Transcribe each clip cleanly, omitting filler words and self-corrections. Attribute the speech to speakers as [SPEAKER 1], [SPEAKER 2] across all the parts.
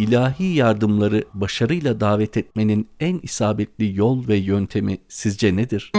[SPEAKER 1] ilahi yardımları başarıyla davet etmenin en isabetli yol ve yöntemi sizce nedir?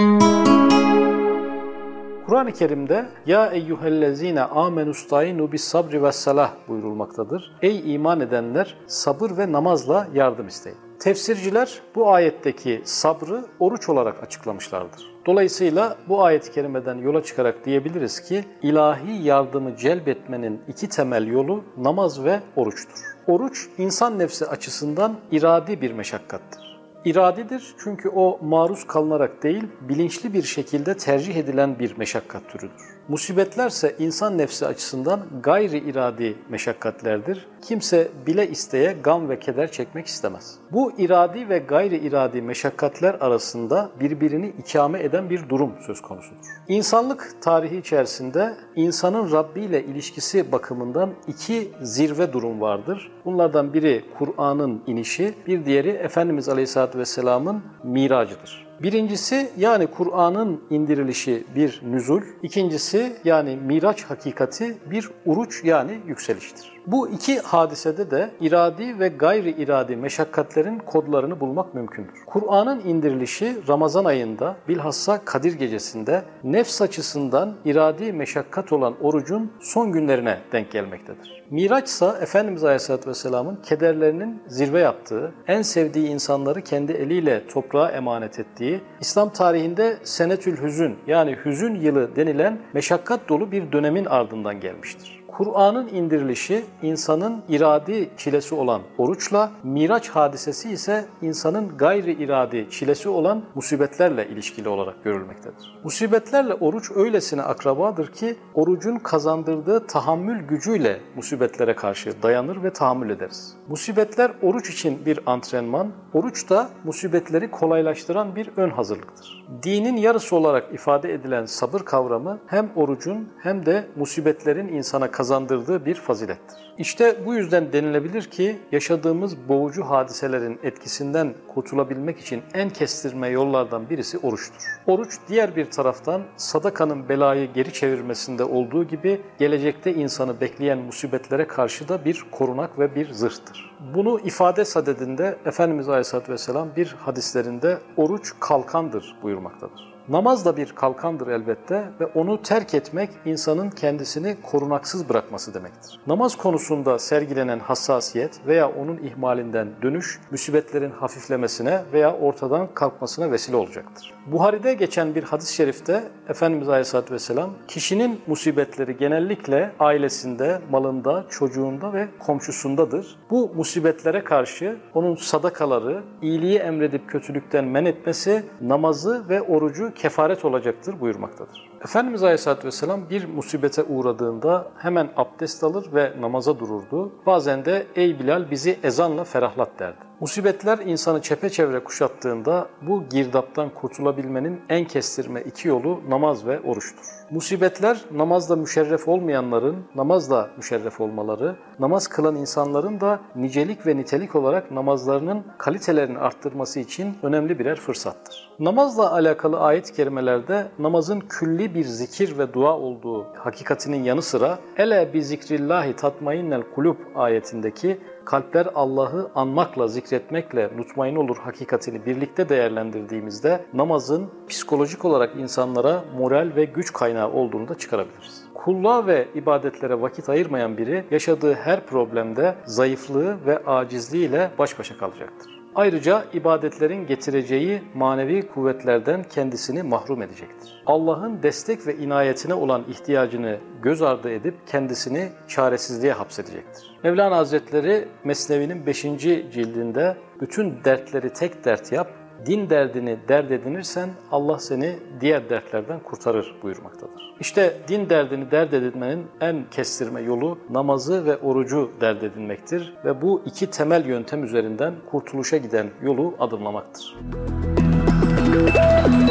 [SPEAKER 2] Kur'an-ı Kerim'de ya eyyühellezine amenustayinu bis sabri ve salah buyurulmaktadır. Ey iman edenler, sabır ve namazla yardım isteyin. Tefsirciler bu ayetteki sabrı oruç olarak açıklamışlardır. Dolayısıyla bu ayet-i kerimeden yola çıkarak diyebiliriz ki ilahi yardımı celbetmenin iki temel yolu namaz ve oruçtur. Oruç insan nefsi açısından iradi bir meşakkattır. İradidir çünkü o maruz kalınarak değil, bilinçli bir şekilde tercih edilen bir meşakkat türüdür. Musibetlerse insan nefsi açısından gayri iradi meşakkatlerdir. Kimse bile isteye gam ve keder çekmek istemez. Bu iradi ve gayri iradi meşakkatler arasında birbirini ikame eden bir durum söz konusudur. İnsanlık tarihi içerisinde insanın Rabbi ile ilişkisi bakımından iki zirve durum vardır. Bunlardan biri Kur'an'ın inişi, bir diğeri Efendimiz Aleyhisselatü Vesselam'ın miracıdır. Birincisi yani Kur'an'ın indirilişi bir nüzul, ikincisi yani miraç hakikati bir uruç yani yükseliştir. Bu iki hadisede de iradi ve gayri iradi meşakkatlerin kodlarını bulmak mümkündür. Kur'an'ın indirilişi Ramazan ayında bilhassa Kadir gecesinde nefs açısından iradi meşakkat olan orucun son günlerine denk gelmektedir. Miraçsa Efendimiz Aleyhisselatü Vesselam'ın kederlerinin zirve yaptığı, en sevdiği insanları kendi eliyle toprağa emanet ettiği, İslam tarihinde senetül hüzün yani hüzün yılı denilen meşakkat dolu bir dönemin ardından gelmiştir. Kur'an'ın indirilişi insanın iradi çilesi olan oruçla, miraç hadisesi ise insanın gayri iradi çilesi olan musibetlerle ilişkili olarak görülmektedir. Musibetlerle oruç öylesine akrabadır ki orucun kazandırdığı tahammül gücüyle musibetlere karşı dayanır ve tahammül ederiz. Musibetler oruç için bir antrenman, oruç da musibetleri kolaylaştıran bir ön hazırlıktır. Dinin yarısı olarak ifade edilen sabır kavramı hem orucun hem de musibetlerin insana kazandırdığı bir fazilettir. İşte bu yüzden denilebilir ki yaşadığımız boğucu hadiselerin etkisinden kurtulabilmek için en kestirme yollardan birisi oruçtur. Oruç diğer bir taraftan sadakanın belayı geri çevirmesinde olduğu gibi gelecekte insanı bekleyen musibetlere karşı da bir korunak ve bir zırhtır. Bunu ifade sadedinde Efendimiz Aleyhisselatü Vesselam bir hadislerinde oruç kalkandır buyurmaktadır. Namaz da bir kalkandır elbette ve onu terk etmek insanın kendisini korunaksız bırakması demektir. Namaz konusunda sergilenen hassasiyet veya onun ihmalinden dönüş, musibetlerin hafiflemesine veya ortadan kalkmasına vesile olacaktır. Buhari'de geçen bir hadis-i şerifte Efendimiz Aleyhisselatü Vesselam, kişinin musibetleri genellikle ailesinde, malında, çocuğunda ve komşusundadır. Bu musibetlere karşı onun sadakaları, iyiliği emredip kötülükten men etmesi, namazı ve orucu kefaret olacaktır buyurmaktadır. Efendimiz Aleyhisselatü Vesselam bir musibete uğradığında hemen abdest alır ve namaza dururdu. Bazen de ey Bilal bizi ezanla ferahlat derdi. Musibetler insanı çepeçevre kuşattığında bu girdaptan kurtulabilmenin en kestirme iki yolu namaz ve oruçtur. Musibetler namazla müşerref olmayanların namazla müşerref olmaları, namaz kılan insanların da nicelik ve nitelik olarak namazlarının kalitelerini arttırması için önemli birer fırsattır. Namazla alakalı ayet-i kerimelerde namazın külli bir zikir ve dua olduğu hakikatinin yanı sıra "Ele bi zikrillahi tatmainnel kulub" ayetindeki kalpler Allah'ı anmakla, zikretmekle mutmain olur hakikatini birlikte değerlendirdiğimizde namazın psikolojik olarak insanlara moral ve güç kaynağı olduğunu da çıkarabiliriz. Kulluğa ve ibadetlere vakit ayırmayan biri yaşadığı her problemde zayıflığı ve acizliğiyle baş başa kalacaktır. Ayrıca ibadetlerin getireceği manevi kuvvetlerden kendisini mahrum edecektir. Allah'ın destek ve inayetine olan ihtiyacını göz ardı edip kendisini çaresizliğe hapsedecektir. Mevlana Hazretleri Mesnevi'nin 5. cildinde bütün dertleri tek dert yap, din derdini dert edinirsen Allah seni diğer dertlerden kurtarır buyurmaktadır. İşte din derdini dert edinmenin en kestirme yolu namazı ve orucu dert edinmektir ve bu iki temel yöntem üzerinden kurtuluşa giden yolu adımlamaktır.